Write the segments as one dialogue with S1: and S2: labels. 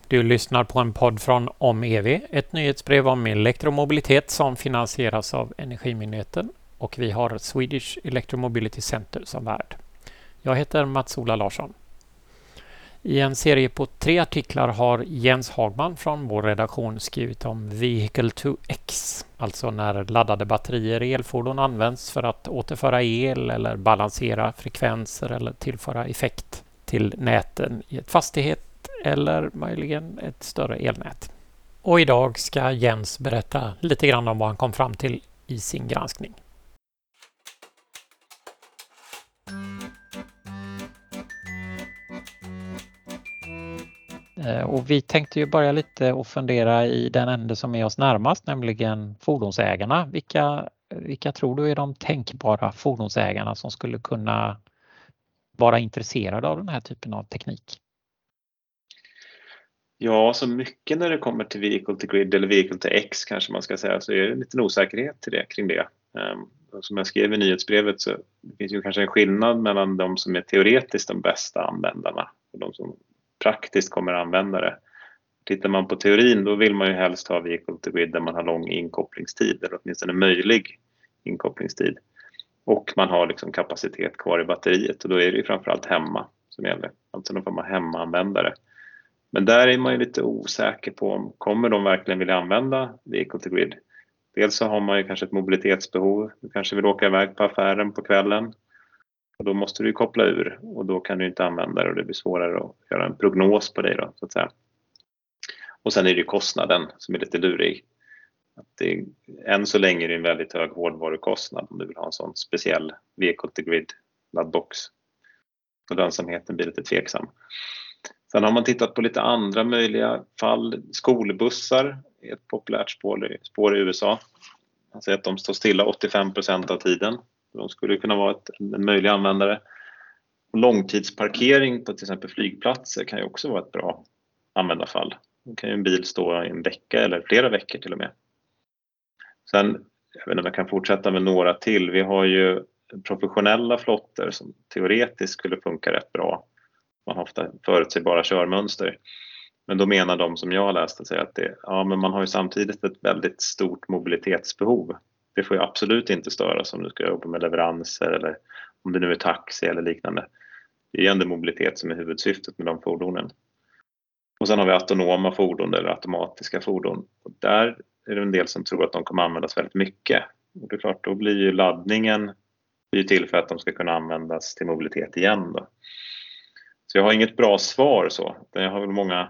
S1: Du lyssnar på en podd från OmEV, ett nyhetsbrev om elektromobilitet som finansieras av Energimyndigheten och vi har Swedish Electromobility Center som värd. Jag heter Mats-Ola Larsson. I en serie på 3 artiklar har Jens Hagman från vår redaktion skrivit om Vehicle to X, alltså när laddade batterier i elfordon används för att återföra el eller balansera frekvenser eller tillföra effekt till näten i ett fastighet eller möjligen ett större elnät. Och idag ska Jens berätta lite grann om vad han kom fram till i sin granskning. Och vi tänkte ju börja lite och fundera i den ände som är oss närmast, nämligen fordonsägarna. Vilka tror du är de tänkbara fordonsägarna som skulle kunna vara intresserade av den här typen av teknik?
S2: Ja, så mycket när det kommer till Vehicle to Grid eller Vehicle to X kanske man ska säga, så är det en liten osäkerhet kring det. Som jag skrev i nyhetsbrevet så det finns ju kanske en skillnad mellan de som är teoretiskt de bästa användarna och de som praktiskt kommer att använda det. Tittar man på teorin då vill man ju helst ha Vehicle to Grid där man har lång inkopplingstid eller åtminstone möjlig inkopplingstid. Och man har liksom kapacitet kvar i batteriet och då är det ju framförallt hemma som gäller. Alltså då får man hemmaanvändare. Men där är man ju lite osäker på om kommer de verkligen vilja använda Vehicle to Grid. Dels så har man ju kanske ett mobilitetsbehov. Du kanske vill åka iväg på affären på kvällen. Och då måste du koppla ur och då kan du inte använda det och det blir svårare att göra en prognos på dig då, så att säga. Och sen är det ju kostnaden som är lite lurig. Än så länge är det en väldigt hög hårdvarukostnad om du vill ha en sån speciell Vehicle to Grid laddbox. Och lönsamheten blir lite tveksam. Sen har man tittat på lite andra möjliga fall. Skolbussar är ett populärt spår i USA. Man säger att de står stilla 85% av tiden. De skulle kunna vara en möjlig användare. Och långtidsparkering på till exempel flygplatser kan ju också vara ett bra användarfall. Då kan ju en bil stå i en vecka eller flera veckor till och med. Sen, jag vet inte om jag kan fortsätta med några till. Vi har ju professionella flottor som teoretiskt skulle funka rätt bra. Man har ofta förutsägbara körmönster. Men då menar de som jag har läst att säga att men man har ju samtidigt ett väldigt stort mobilitetsbehov. Det får ju absolut inte störas om du ska jobba med leveranser eller om det nu är taxi eller liknande. Det är ju ändå mobilitet som är huvudsyftet med de fordonen. Och sen har vi autonoma fordon eller automatiska fordon. Och där är det en del som tror att de kommer användas väldigt mycket. Och det är klart, då blir ju laddningen till för att de ska kunna användas till mobilitet igen då. Så jag har inget bra svar så. Jag har väl många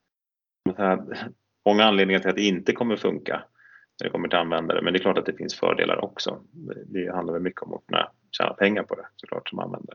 S2: anledningar till att det inte kommer funka när det kommer till användare. Men det är klart att det finns fördelar också. Det handlar väl mycket om att kunna tjäna pengar på det såklart som användare.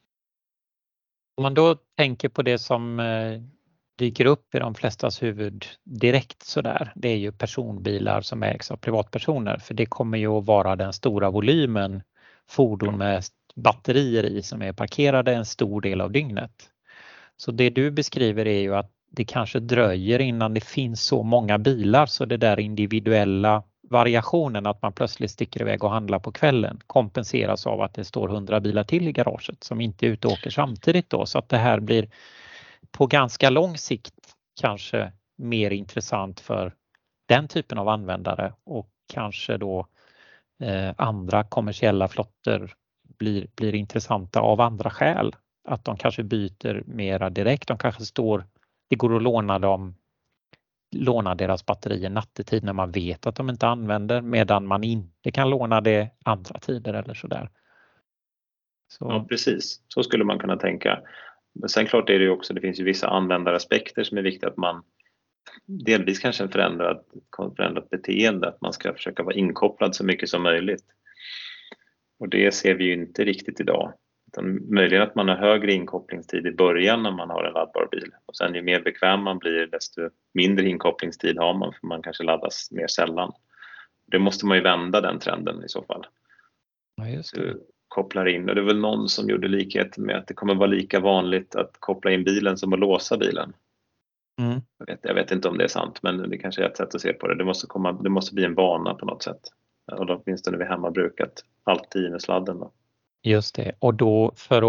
S1: Om man då tänker på det som dyker upp i de flestas huvud direkt sådär. Det är ju personbilar som ägs av privatpersoner. För det kommer ju att vara den stora volymen fordon med batterier i som är parkerade en stor del av dygnet. Så det du beskriver är ju att det kanske dröjer innan det finns så många bilar så det där individuella variationen att man plötsligt sticker iväg och handlar på kvällen kompenseras av att det står 100 bilar till i garaget som inte är ute och åker samtidigt då. Så att det här blir på ganska lång sikt kanske mer intressant för den typen av användare och kanske då andra kommersiella flottor blir intressanta av andra skäl. Att de kanske byter mera direkt. De kanske det går att låna deras batterier nattetid när man vet att de inte använder medan man inte kan låna det andra tider eller sådär. Så.
S2: Ja, precis. Så skulle man kunna tänka. Men sen klart är det ju också, det finns ju vissa användaraspekter som är viktiga att man delvis kanske en förändrat beteende, att man ska försöka vara inkopplad så mycket som möjligt. Och det ser vi ju inte riktigt idag. Utan möjligen att man har högre inkopplingstid i början när man har en laddbar bil. Och sen ju mer bekväm man blir desto mindre inkopplingstid har man för man kanske laddas mer sällan. Det måste man ju vända den trenden i så fall.
S1: Ja, just det.
S2: Så kopplar in och det är väl någon som gjorde likhet med att det kommer vara lika vanligt att koppla in bilen som att låsa bilen.
S1: Mm.
S2: Jag vet inte om det är sant men det kanske är ett sätt att se på det. Det måste bli en vana på något sätt. Och då finns det nu vid hemmabruket alltid med sladden då.
S1: Just det. Och då för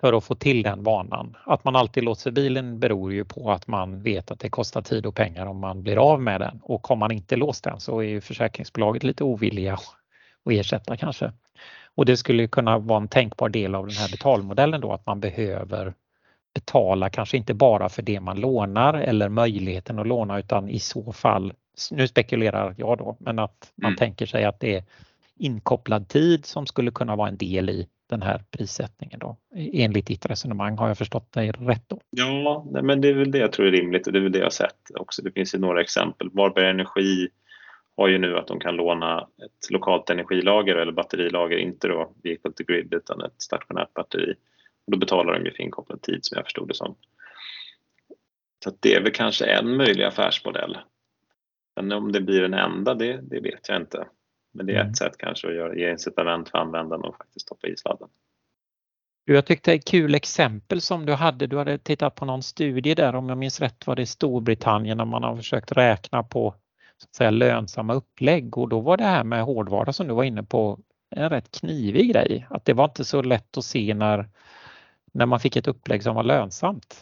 S1: för att få till den vanan. Att man alltid låser bilen beror ju på att man vet att det kostar tid och pengar om man blir av med den. Och om man inte låst den så är ju försäkringsbolaget lite ovilliga att ersätta kanske. Och det skulle kunna vara en tänkbar del av den här betalmodellen då, att man behöver betala kanske inte bara för det man lånar eller möjligheten att låna, utan i så fall, nu spekulerar jag då, men att man tänker sig att det är inkopplad tid som skulle kunna vara en del i den här prissättningen då. Enligt ditt resonemang, har jag förstått dig rätt då?
S2: Ja, men det är väl det jag tror är rimligt och det är väl det jag har sett också. Det finns ju några exempel. Varberg Energi har ju nu att de kan låna ett lokalt energilager eller batterilager, inte då vehicle to grid utan ett stationärt batteri. Och då betalar de ju för inkopplad tid som jag förstod det som. Så att det är väl kanske en möjlig affärsmodell. Men om det blir en enda, det vet jag inte. Men det är ett sätt kanske att ge incitament för användaren och faktiskt stoppa i sladden.
S1: Jag tyckte det är ett kul exempel som du hade tittat på någon studie där, om jag minns rätt var det Storbritannien, när man har försökt räkna på så att säga lönsamma upplägg, och då var det här med hårdvara som du var inne på en rätt knivig grej. Att det var inte så lätt att se när man fick ett upplägg som var lönsamt.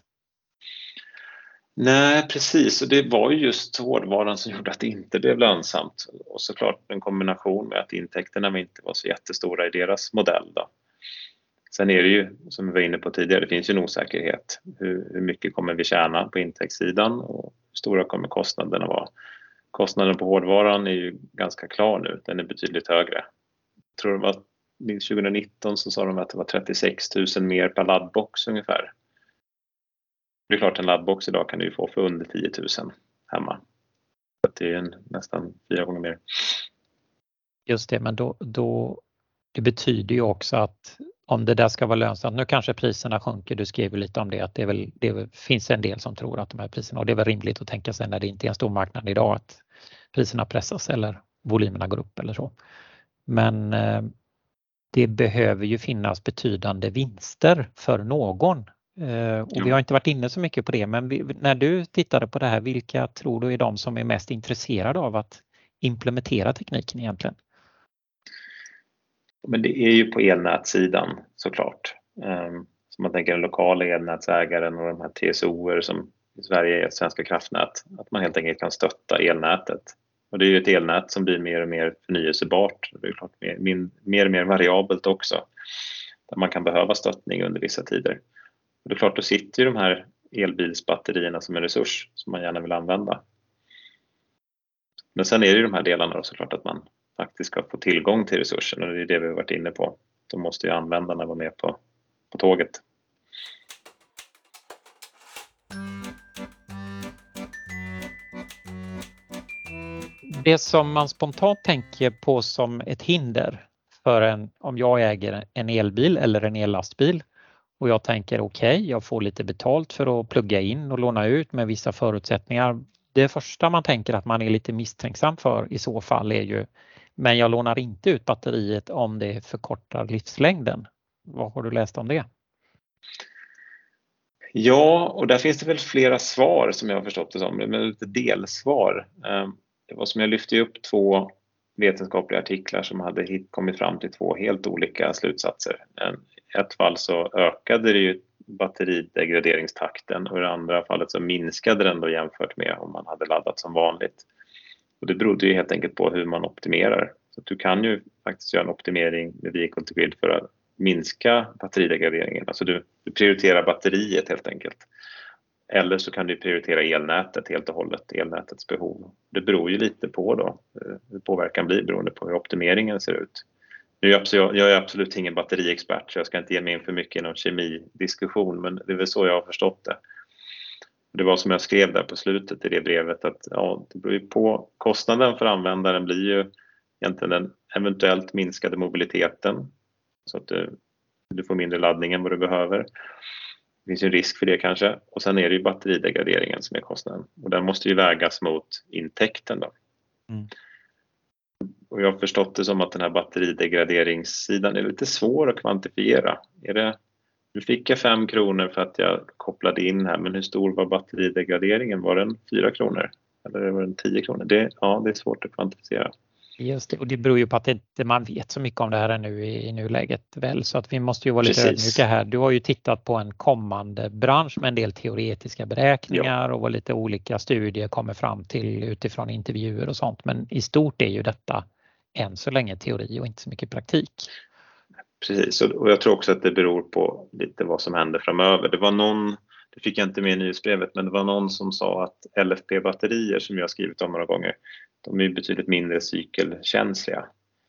S2: Nej, precis. Och det var ju just hårdvaran som gjorde att det inte blev lönsamt. Och såklart en kombination med att intäkterna inte var så jättestora i deras modell då. Sen är det ju, som vi var inne på tidigare, det finns ju en osäkerhet. Hur mycket kommer vi tjäna på intäktssidan och hur stora kommer kostnaderna vara? Kostnaden på hårdvaran är ju ganska klar nu, den är betydligt högre. Jag tror det var 2019 så sa de att det var 36 000 mer per laddbox ungefär. Det är klart, en laddbox idag kan du ju få för under 10 000 hemma. Så det är nästan 4 gånger mer.
S1: Just det, men då det betyder ju också att om det där ska vara lönsamt, nu kanske priserna sjunker, du skrev lite om det, att det finns en del som tror att de här priserna, och det är väl rimligt att tänka sig när det inte är en stor marknad idag att priserna pressas eller volymerna går upp eller så. Men det behöver ju finnas betydande vinster för någon. Och vi har inte varit inne så mycket på det, men när du tittade på det här, vilka tror du är de som är mest intresserade av att implementera tekniken egentligen?
S2: Men det är ju på elnätssidan såklart. Så man tänker den lokala elnätsägaren och de här TSO:er som i Sverige är Svenska kraftnät, att man helt enkelt kan stötta elnätet. Och det är ju ett elnät som blir mer och mer förnyelsebart. Det är klart mer och mer variabelt också. Där man kan behöva stöttning under vissa tider. Och det är klart, då sitter ju de här elbilsbatterierna som en resurs som man gärna vill använda. Men sen är det ju de här delarna då såklart, att man faktiskt ska få tillgång till resursen, och det är det vi har varit inne på. Då måste ju användarna vara med på tåget.
S1: Det som man spontant tänker på som ett hinder för om jag äger en elbil eller en ellastbil och jag tänker okej, jag får lite betalt för att plugga in och låna ut med vissa förutsättningar. Det första man tänker att man är lite misstänksam för i så fall är ju, men jag lånar inte ut batteriet om det förkortar livslängden. Vad har du läst om det?
S2: Ja, och där finns det väl flera svar som jag har förstått det som, men lite delsvar. Det var som jag lyfte upp 2 vetenskapliga artiklar som hade kommit fram till 2 helt olika slutsatser. I ett fall så ökade det ju batteridegraderingstakten och i det andra fallet så minskade den då jämfört med om man hade laddat som vanligt. Och det berodde ju helt enkelt på hur man optimerar. Så att du kan ju faktiskt göra en optimering med vehicle to grid för att minska batteridegraderingen. Alltså du prioriterar batteriet helt enkelt. Eller så kan du prioritera elnätet helt och hållet, elnätets behov. Det beror ju lite på då hur påverkan blir beroende på hur optimeringen ser ut. Nu jag är absolut ingen batteriexpert så jag ska inte ge mig in för mycket i någon kemidiskussion, men det är väl så jag har förstått det. Det var som jag skrev där på slutet i det brevet att ja, det beror ju på kostnaden för användaren blir ju egentligen den eventuellt minskade mobiliteten så att du får mindre laddning än vad du behöver. Det finns ju en risk för det kanske. Och sen är det ju batteridegraderingen som är kostnaden. Och den måste ju vägas mot intäkten då. Mm. Och jag har förstått det som att den här batteridegraderingssidan är lite svår att kvantifiera. Nu fick jag 5 kronor för att jag kopplade in här, men hur stor var batteridegraderingen? Var den 4 kronor? Eller var den 10 kronor? Det är svårt att kvantifiera.
S1: Just det, och det beror ju på att inte man vet så mycket om det här ännu i nuläget väl, så att vi måste ju vara lite ödmjuka här. Du har ju tittat på en kommande bransch med en del teoretiska beräkningar och vad lite olika studier kommer fram till utifrån intervjuer och sånt, men i stort är ju detta än så länge teori och inte så mycket praktik.
S2: Precis, och jag tror också att det beror på lite vad som händer framöver. Det var någon, det fick jag inte med i nyhetsbrevet, men det var någon som sa att LFP-batterier som jag har skrivit om några gånger, de är betydligt mindre cykelkänsliga.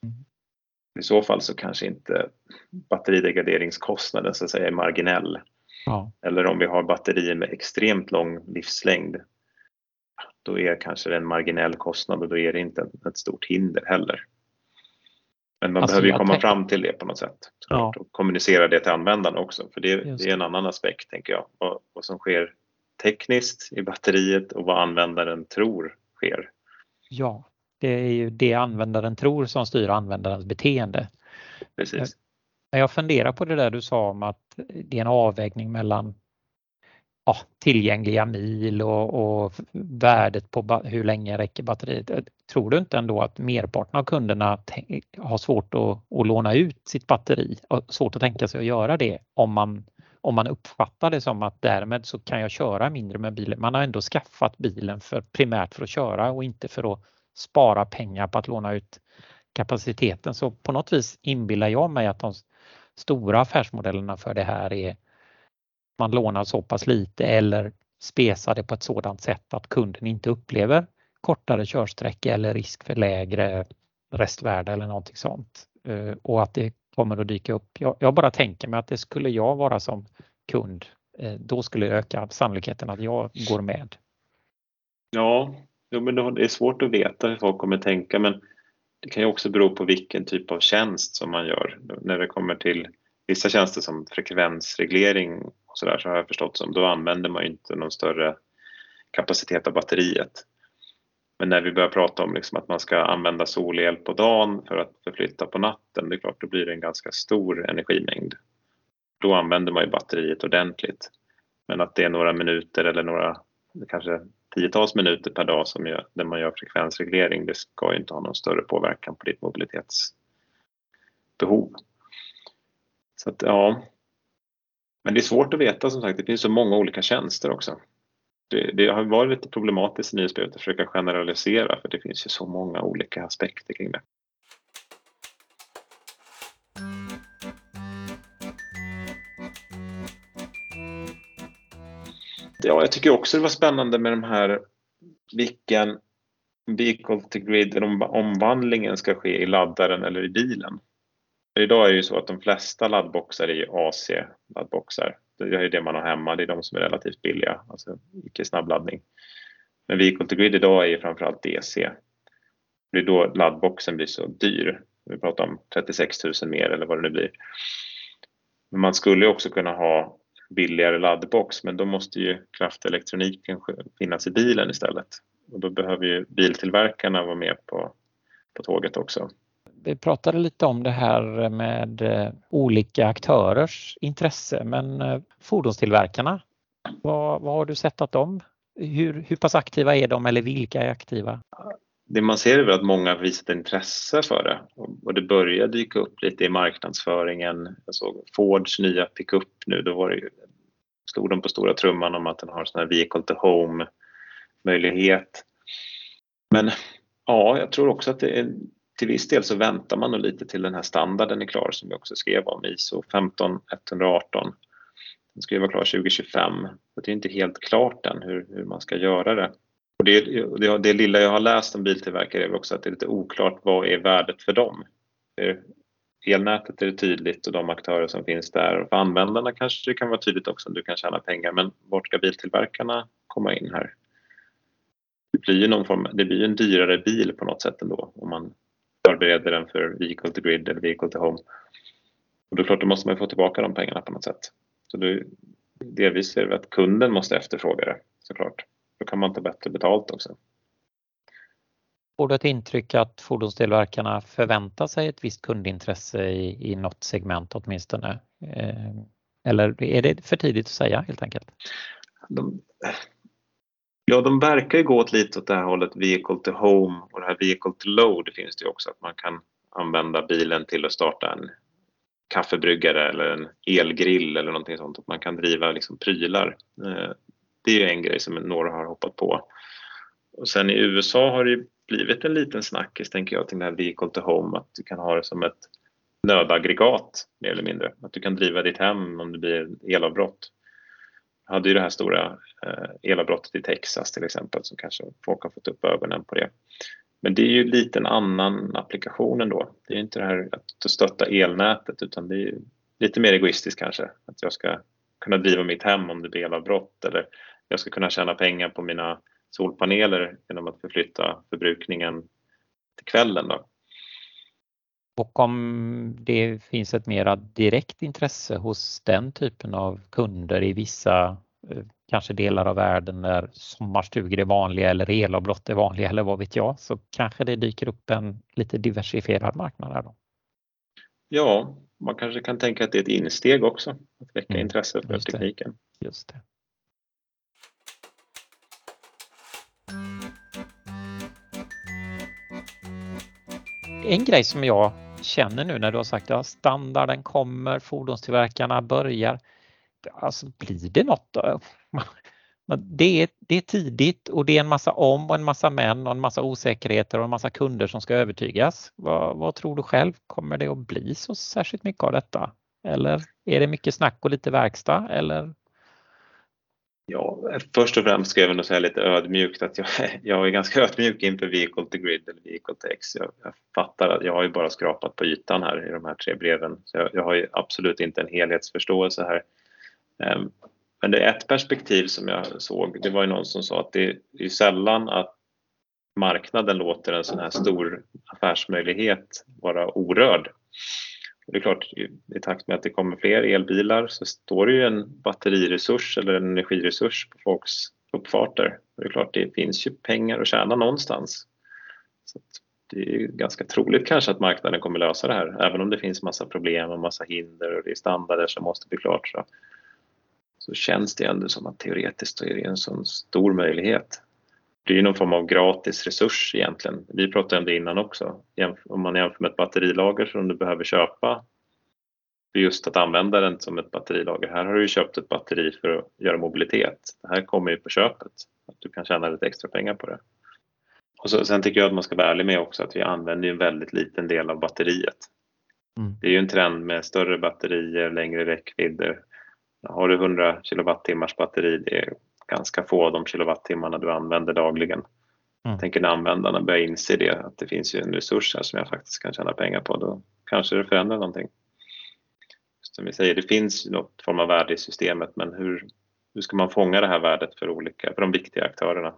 S2: I så fall så kanske inte batteridegraderingskostnaden så att säga är marginell.
S1: Ja.
S2: Eller om vi har batterier med extremt lång livslängd, då är kanske det en marginell kostnad och då är det inte ett stort hinder heller. Men man behöver ju komma fram till det på något sätt. Och kommunicera det till användarna också. För det är en annan aspekt, tänker jag. Vad som sker tekniskt i batteriet och vad användaren tror sker.
S1: Ja, det är ju det användaren tror som styr användarens beteende.
S2: Precis.
S1: Jag funderar på det där du sa om att det är en avvägning mellan tillgängliga mil och värdet på hur länge räcker batteriet. Tror du inte ändå att merparten av kunderna har svårt att låna ut sitt batteri och svårt att tänka sig att göra det om man uppfattar det som att därmed så kan jag köra mindre med bilen. Man har ändå skaffat bilen primärt för att köra och inte för att spara pengar på att låna ut kapaciteten. Så på något vis inbillar jag mig att de stora affärsmodellerna för det här är man lånar så pass lite eller spesar det på ett sådant sätt att kunden inte upplever kortare körsträcka eller risk för lägre restvärde eller någonting sånt. Och att det kommer att dyka upp. Jag bara tänker mig att det skulle jag vara som kund, då skulle det öka sannolikheten att jag går med.
S2: Ja, men det är svårt att veta hur folk kommer tänka, men det kan ju också bero på vilken typ av tjänst som man gör. När det kommer till vissa tjänster som frekvensreglering och så där, så har jag förstått som då använder man ju inte någon större kapacitet av batteriet. Men när vi börjar prata om liksom att man ska använda solel på dagen för att förflytta på natten, det är klart, då blir det en ganska stor energimängd. Då använder man ju batteriet ordentligt. Men att det är några minuter eller några, kanske tiotals minuter per dag där man gör frekvensreglering, det ska ju inte ha någon större påverkan på ditt mobilitetsbehov. Så att, men det är svårt att veta, som sagt, det finns så många olika tjänster också. Det har varit lite problematiskt i nyhetsbrevet att försöka generalisera, för det finns ju så många olika aspekter kring det. Ja, jag tycker också det var spännande med de här, vilken vehicle to grid, eller omvandlingen ska ske i laddaren eller i bilen. För idag är det ju så att de flesta laddboxar är AC-laddboxar. Det är det man har hemma, det är de som är relativt billiga, alltså icke snabbladdning. Men vehicle to grid idag är ju framförallt DC. Det är då laddboxen blir så dyr. Vi pratar om 36 000 mer eller vad det nu blir. Men man skulle också kunna ha billigare laddbox, men då måste ju kraftelektroniken finnas i bilen istället. Och då behöver ju biltillverkarna vara med på tåget också.
S1: Vi pratade lite om det här med olika aktörers intresse, men fordonstillverkarna, vad har du sett att hur pass aktiva är de eller vilka är aktiva?
S2: Det man ser är väl att många har visat intresse för det, och det börjar dyka upp lite i marknadsföringen. Jag såg Fords nya pickup nu, då stod de på stora trumman om att den har sån här vehicle to home möjlighet. Men ja, jag tror också att till viss del så väntar man nog lite till den här standarden är klar, som vi också skrev om, ISO 15118. Den ska ju vara klar 2025. Och det är inte helt klart än hur man ska göra det. Och det lilla jag har läst om biltillverkare är väl också att det är lite oklart vad är värdet för dem. Elnätet är det tydligt och de aktörer som finns där. Och för användarna kanske det kan vara tydligt också om du kan tjäna pengar. Men vart ska biltillverkarna komma in här? Det blir ju en dyrare bil på något sätt ändå om man förbereder den för vehicle to grid eller vehicle to home. Och då är klart, då måste man få tillbaka de pengarna på något sätt. Så delvis är det att kunden måste efterfråga det, såklart. Då kan man ta bättre betalt också.
S1: Får du ett intryck att fordonstillverkarna förväntar sig ett visst kundintresse i något segment åtminstone? Eller är det för tidigt att säga helt enkelt?
S2: Ja, de verkar ju gå lite åt det här hållet, vehicle to home, och det här vehicle to load finns det ju också, att man kan använda bilen till att starta en kaffebryggare eller en elgrill eller någonting sånt, att man kan driva liksom prylar. Det är ju en grej som några har hoppat på. Och sen i USA har det ju blivit en liten snackis, tänker jag, till den här vehicle to home, att du kan ha det som ett nödaggregat mer eller mindre, att du kan driva ditt hem om det blir elavbrott. Jag hade ju det här stora elavbrottet i Texas till exempel, som kanske folk har fått upp ögonen på det. Men det är ju lite en annan applikation ändå. Det är inte det här att stötta elnätet, utan det är lite mer egoistiskt kanske. Att jag ska kunna driva mitt hem om det blir elavbrott, eller jag ska kunna tjäna pengar på mina solpaneler genom att förflytta förbrukningen till kvällen då.
S1: Och om det finns ett mera direkt intresse hos den typen av kunder i vissa kanske delar av världen där sommarstugor är vanliga eller elavbrott är vanliga eller vad vet jag, så kanske det dyker upp en lite diversifierad marknad här då.
S2: Ja, man kanske kan tänka att det är ett insteg också, att väcka intresse för tekniken.
S1: Just det. En grej som jag känner nu när du har sagt att standarden kommer, fordonstillverkarna börjar, alltså blir det något då? Det är tidigt och det är en massa om och en massa men och en massa osäkerheter och en massa kunder som ska övertygas. Vad tror du själv? Kommer det att bli så särskilt mycket av detta? Eller är det mycket snack och lite verkstad? Eller?
S2: Ja, först och främst ska jag väl säga lite ödmjukt att jag är ganska ödmjuk inför vehicle to grid eller vehicle to X. Jag fattar att jag har ju bara skrapat på ytan här i de här 3 breven. Så jag har ju absolut inte en helhetsförståelse här. Men det är ett perspektiv som jag såg. Det var ju någon som sa att det är sällan att marknaden låter en sån här stor affärsmöjlighet vara orörd. Det är klart, i takt med att det kommer fler elbilar så står det ju en batteriresurs eller en energiresurs på folks uppfarter. Det är klart, det finns ju pengar att tjäna någonstans. Så det är ganska troligt kanske att marknaden kommer lösa det här. Även om det finns massa problem och massa hinder och det är standarder som måste bli klart, så känns det ändå som att teoretiskt är det en sån stor möjlighet. Det är någon form av gratis resurs egentligen. Vi pratade om det innan också. Om man jämför med ett batterilager som du behöver köpa för just att använda den som ett batterilager. Här har du ju köpt ett batteri för att göra mobilitet. Det här kommer ju på köpet. Att du kan tjäna lite extra pengar på det. Och sen tycker jag att man ska vara ärlig med också att vi använder en väldigt liten del av batteriet. Det är ju en trend med större batterier, längre räckvidder. Har du 100 kilowattimmars batteri, det är ganska få av de kilowattimmarna du använder dagligen. Jag tänker när användarna börjar inse det, att det finns ju en resurs här som jag faktiskt kan tjäna pengar på, då kanske det förändrar någonting. Som vi säger, det finns något form av värde i systemet, men hur ska man fånga det här värdet för de viktiga aktörerna?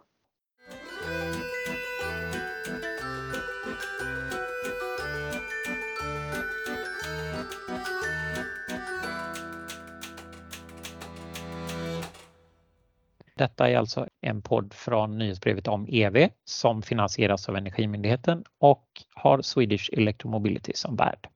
S1: Detta är alltså en podd från nyhetsbrevet om EV som finansieras av Energimyndigheten och har Swedish Electromobility som värd.